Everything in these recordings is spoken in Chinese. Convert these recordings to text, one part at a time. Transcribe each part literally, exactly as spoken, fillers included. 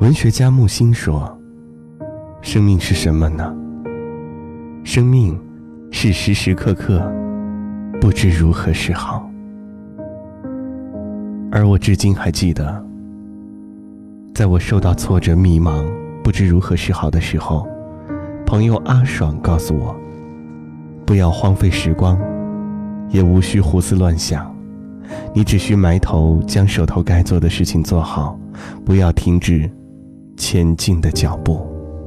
文学家木心说，生命是什么呢？生命是时时刻刻不知如何是好。而我至今还记得，在我受到挫折、迷茫、不知如何是好的时候，朋友阿爽告诉我，不要荒废时光，也无需胡思乱想，你只需埋头将手头该做的事情做好，不要停止前进的脚步。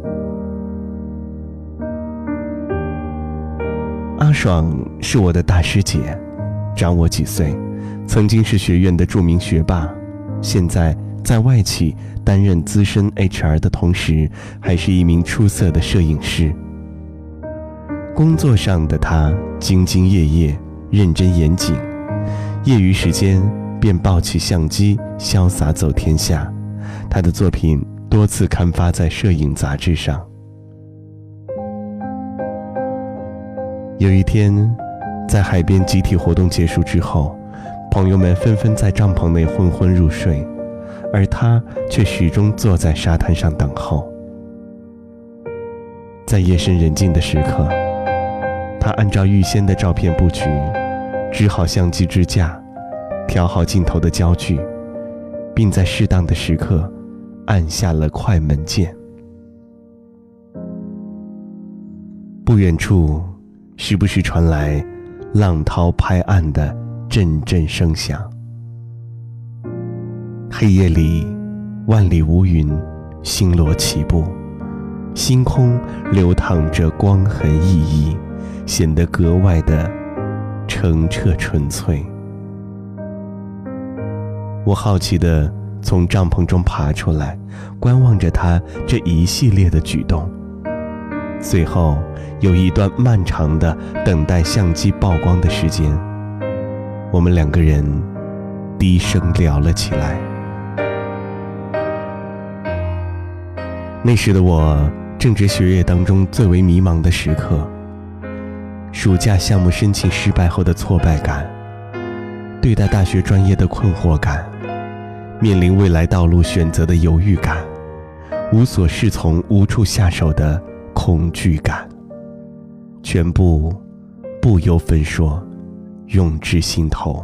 阿爽是我的大师姐，长我几岁，曾经是学院的著名学霸，现在在外企担任资深 H R 的同时，还是一名出色的摄影师。工作上的他兢兢业业，认真严谨，业余时间便抱起相机潇洒走天下，他的作品多次刊发在摄影杂志上。有一天，在海边集体活动结束之后，朋友们纷纷在帐篷内昏昏入睡，而他却始终坐在沙滩上等候。在夜深人静的时刻，他按照预先的照片布局，支好相机支架，调好镜头的焦距，并在适当的时刻按下了快门键。不远处时不时传来浪涛拍岸的阵阵声响。黑夜里万里无云，星罗棋布，星空流淌着光痕熠熠，显得格外的澄澈纯粹。我好奇地从帐篷中爬出来，观望着他这一系列的举动。随后有一段漫长的等待相机曝光的时间，我们两个人低声聊了起来。那时的我正值学业当中最为迷茫的时刻，暑假项目申请失败后的挫败感，对待大学专业的困惑感，面临未来道路选择的犹豫感，无所适从、无处下手的恐惧感，全部不由分说涌至心头。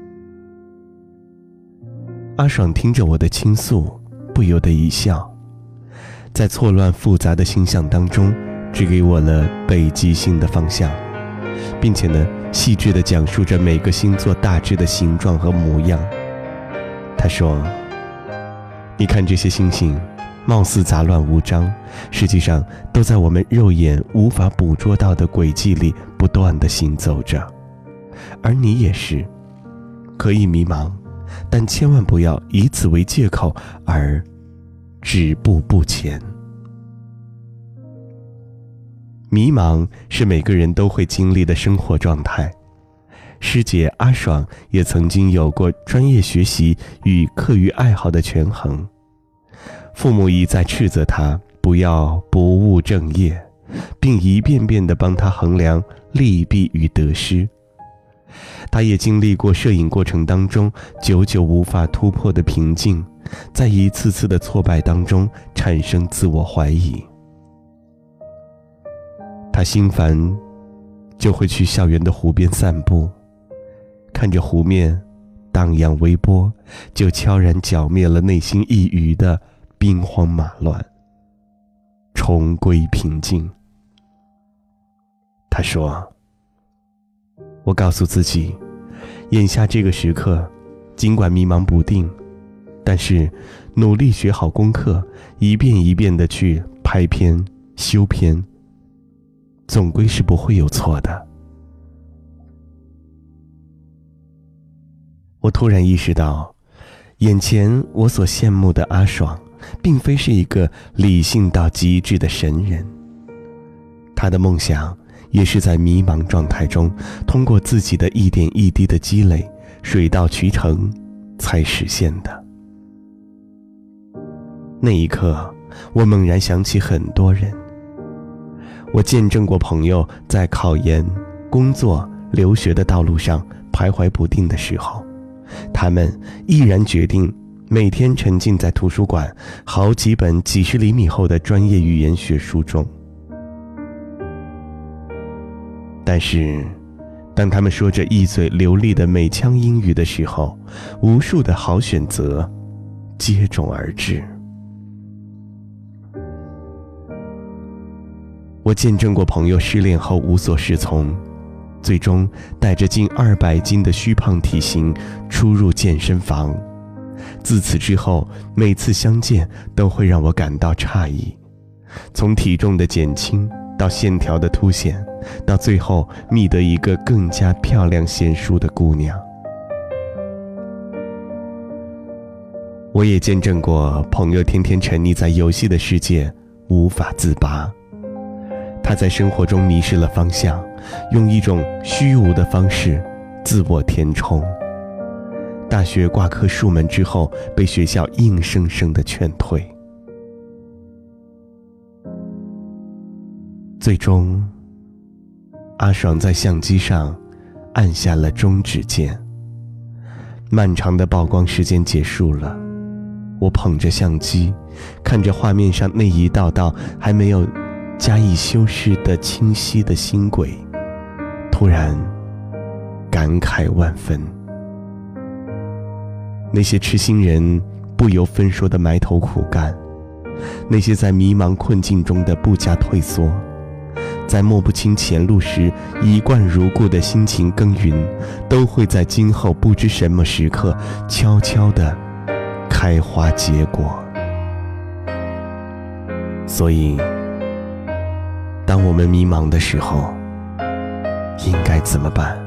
阿爽听着我的倾诉，不由得一笑，在错乱复杂的星象当中，指给我了北极星的方向，并且呢，细致地讲述着每个星座大致的形状和模样。他说，你看这些星星貌似杂乱无章，实际上都在我们肉眼无法捕捉到的轨迹里不断地行走着。而你也是，可以迷茫，但千万不要以此为借口而止步不前。迷茫是每个人都会经历的生活状态。师姐阿爽也曾经有过专业学习与课余爱好的权衡，父母一再斥责他不要不务正业，并一遍遍地帮他衡量利弊与得失。他也经历过摄影过程当中久久无法突破的瓶颈，在一次次的挫败当中产生自我怀疑。他心烦就会去校园的湖边散步，看着湖面荡漾微波，就悄然剿灭了内心一隅的兵荒马乱，重归平静。他说，我告诉自己，眼下这个时刻尽管迷茫不定，但是努力学好功课，一遍一遍地去拍片修片，总归是不会有错的。我突然意识到，眼前我所羡慕的阿爽并非是一个理性到极致的神人，他的梦想也是在迷茫状态中，通过自己的一点一滴的积累，水到渠成才实现的。那一刻，我猛然想起很多人。我见证过朋友在考研、工作、留学的道路上徘徊不定的时候，他们毅然决定每天沉浸在图书馆好几本几十厘米厚的专业语言学书中。但是当他们说着一嘴流利的美腔英语的时候，无数的好选择接踵而至。我见证过朋友失恋后无所适从，最终带着近二百斤的虚胖体型出入健身房。自此之后，每次相见都会让我感到诧异，从体重的减轻到线条的凸显，到最后觅得一个更加漂亮娴淑的姑娘。我也见证过朋友天天沉溺在游戏的世界无法自拔，他在生活中迷失了方向，用一种虚无的方式自我填充。大学挂科数门之后，被学校硬生生的劝退。最终，阿爽在相机上按下了终止键。漫长的曝光时间结束了，我捧着相机，看着画面上那一道道还没有加以修饰的清晰的星轨，突然感慨万分。那些痴心人不由分说的埋头苦干，那些在迷茫困境中的不加退缩，在摸不清前路时一贯如故的辛勤耕耘，都会在今后不知什么时刻悄悄地开花结果。所以当我们迷茫的时候，应该怎么办？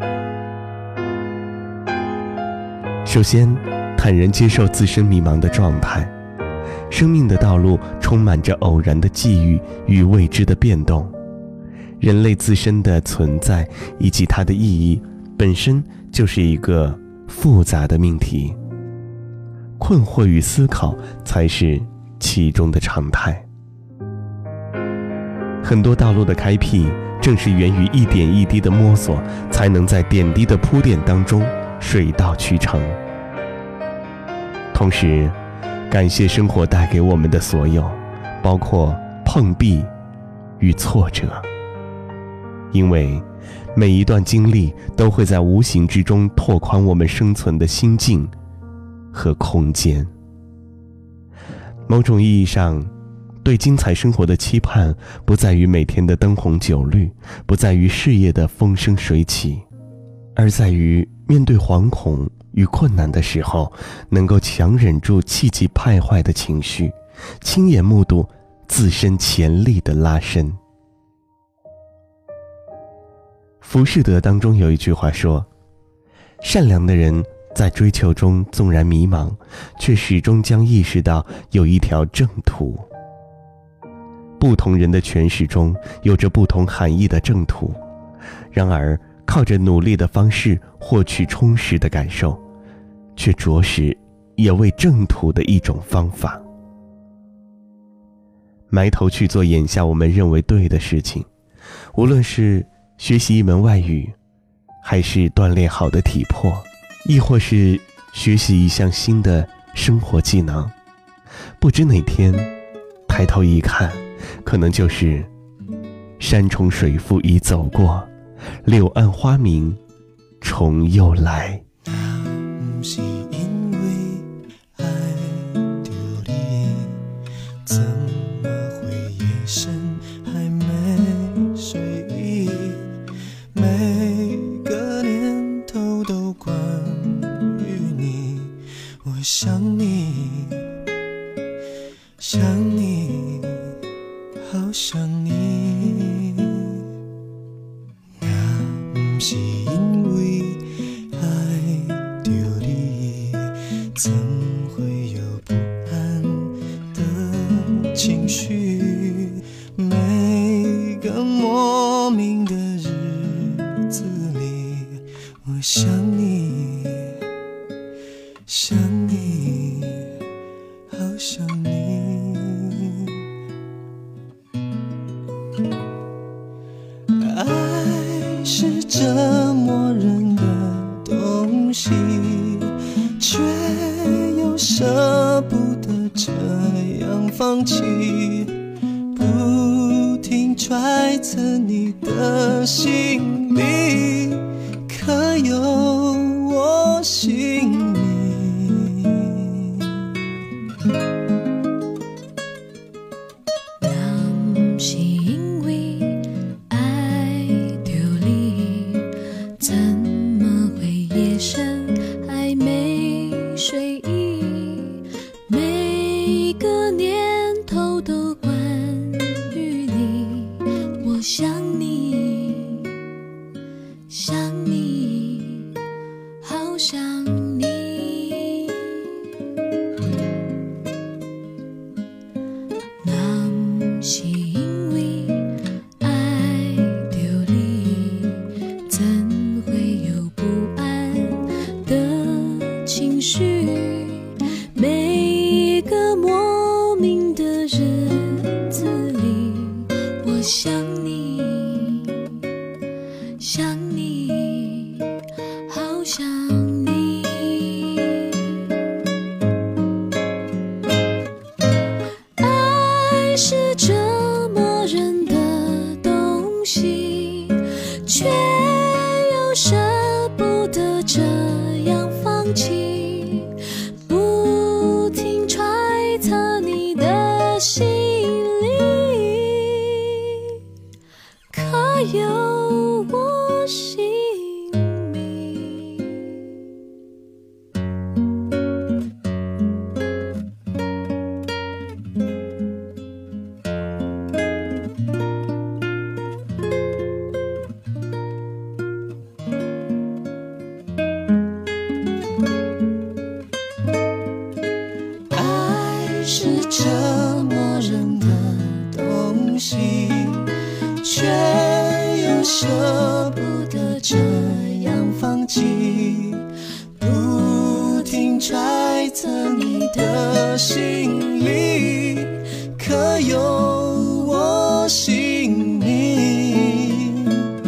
首先，坦然接受自身迷茫的状态。生命的道路充满着偶然的际遇与未知的变动，人类自身的存在以及它的意义本身就是一个复杂的命题，困惑与思考才是其中的常态。很多道路的开辟正是源于一点一滴的摸索，才能在点滴的铺垫当中水到渠成。同时，感谢生活带给我们的所有，包括碰壁与挫折，因为每一段经历都会在无形之中拓宽我们生存的心境和空间。某种意义上，对精彩生活的期盼不在于每天的灯红酒绿，不在于事业的风生水起，而在于面对惶恐与困难的时候，能够强忍住气急败坏的情绪，亲眼目睹自身潜力的拉伸。浮士德当中有一句话说，善良的人在追求中纵然迷茫，却始终将意识到有一条正途。不同人的诠释中有着不同含义的正途，然而靠着努力的方式获取充实的感受，却着实也为正途的一种方法。埋头去做眼下我们认为对的事情，无论是学习一门外语，还是锻炼好的体魄，亦或是学习一项新的生活技能，不知哪天抬头一看，可能就是山重水复已走过，柳暗花明重又来。 不是因为爱着你，怎么会夜深还没睡意？每个念头都关于你，我想你，想你，好想你。若不是因为爱着你，怎会有不安的情绪？每个莫名的日子里，我想你，想你，好想你。爱是折磨人的东西，却有什放弃，不停揣测你的心里，可有我姓名？ 若是因为爱丢你，怎么会夜深还没睡意？每个念头都关于你，我想你，想你，好想你。若是因为爱丢你，怎会有不安的情绪？每个莫名的日子里，我想你，想你，好想你。爱是折磨人的东西，却又舍不得这样放弃，不停揣测你的心里，可有我姓名？ 爱是折磨人的东西，却又舍不得这样放弃，不停揣测你的心里，可有我姓名？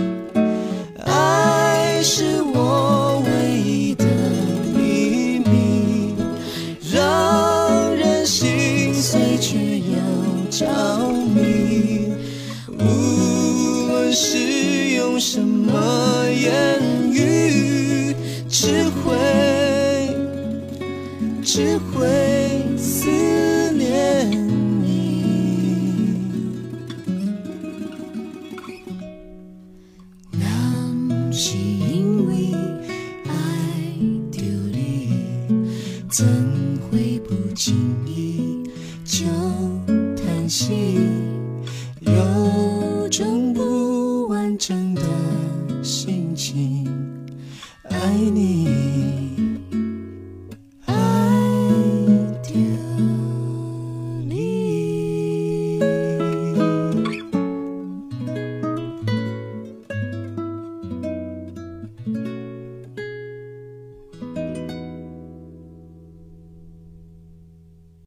爱是我唯一的秘密，让人心碎却又着迷，无论是用什么言语，只会只会思念你。若是因为爱丢你，怎会不经意就叹息，有种不完整的心情，爱你。